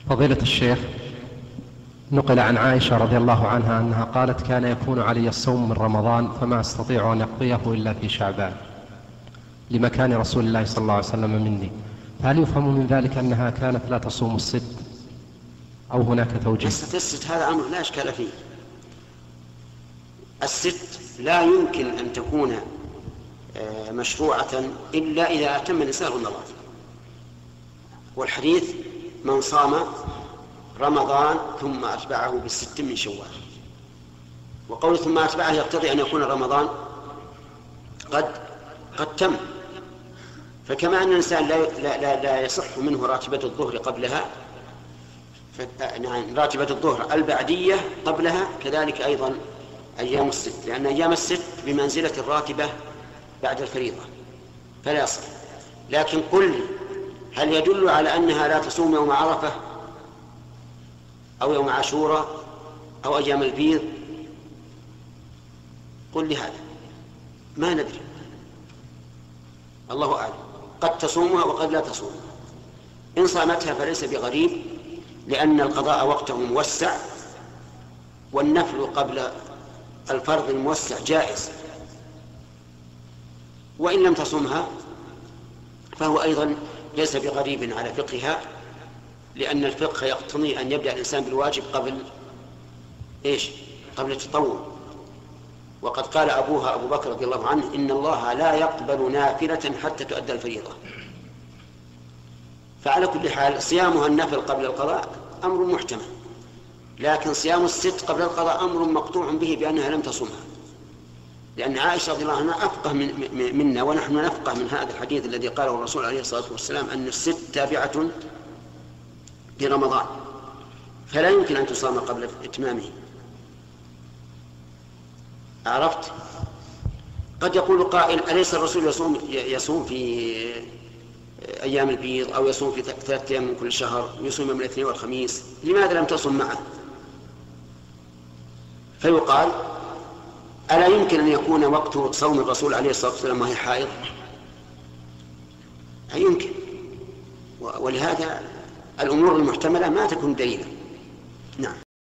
فضيلة الشيخ، نقل عن عائشة رضي الله عنها أنها قالت: كان يكون علي الصوم من رمضان فما أستطيع أن أقضيه إلا في شعبان لمكان رسول الله صلى الله عليه وسلم مني، هل يفهم من ذلك أنها كانت لا تصوم الست أو هناك توجيه؟ الست هذا أمر لا إشكال فيه. الست لا يمكن أن تكون مشروعة إلا إذا أتم الإنسان رمضان، والحديث: من صام رمضان ثم أتبعه بالست من شوال. وقول ثم أتبعه يقتضي أن يكون رمضان قد تم. فكما أن الإنسان لا يصح منه راتبة الظهر قبلها، راتبة الظهر البعدية قبلها، كذلك أيضا أيام الست، لأن أيام الست بمنزلة الراتبة بعد الفريضة فلا يصح. لكن قل لي، هل يدل على أنها لا تصوم يوم عرفة أو يوم عاشوراء أو أيام البيض؟ قل لي هذا، ما ندري، الله أعلم، قد تصومها وقد لا تصومها. إن صامتها فليس بغريب، لأن القضاء وقته موسع، والنفل قبل الفرض الموسع جائز. وإن لم تصومها فهو أيضا ليس بغريب على فقهها، لأن الفقه يقتضي أن يبدأ الإنسان بالواجب قبل التطوع. وقد قال أبوها أبو بكر رضي الله عنه: إن الله لا يقبل نافلة حتى تؤدى الفريضة. فعلى كل حال صيامها النفل قبل القضاء أمر محتمل، لكن صيام الست قبل القضاء أمر مقطوع به بأنها لم تصومها، لأن عائشة رضي الله عنها أفقه منا، ونحن نفقه من هذا الحديث الذي قاله الرسول عليه الصلاة والسلام أن الست تابعة برمضان، فلا يمكن أن تصام قبل إتمامه. عرفت؟ قد يقول قائل: أليس الرسول يصوم في أيام البيض أو يصوم في 3 أيام من كل شهر، يصوم من الاثنين والخميس، لماذا لم تصم معه؟ فيقال: ألا يمكن أن يكون وقت صوم الرسول عليه الصلاة والسلام وهي حائض؟ يمكن. ولهذا الأمور المحتملة ما تكون دليلا. نعم.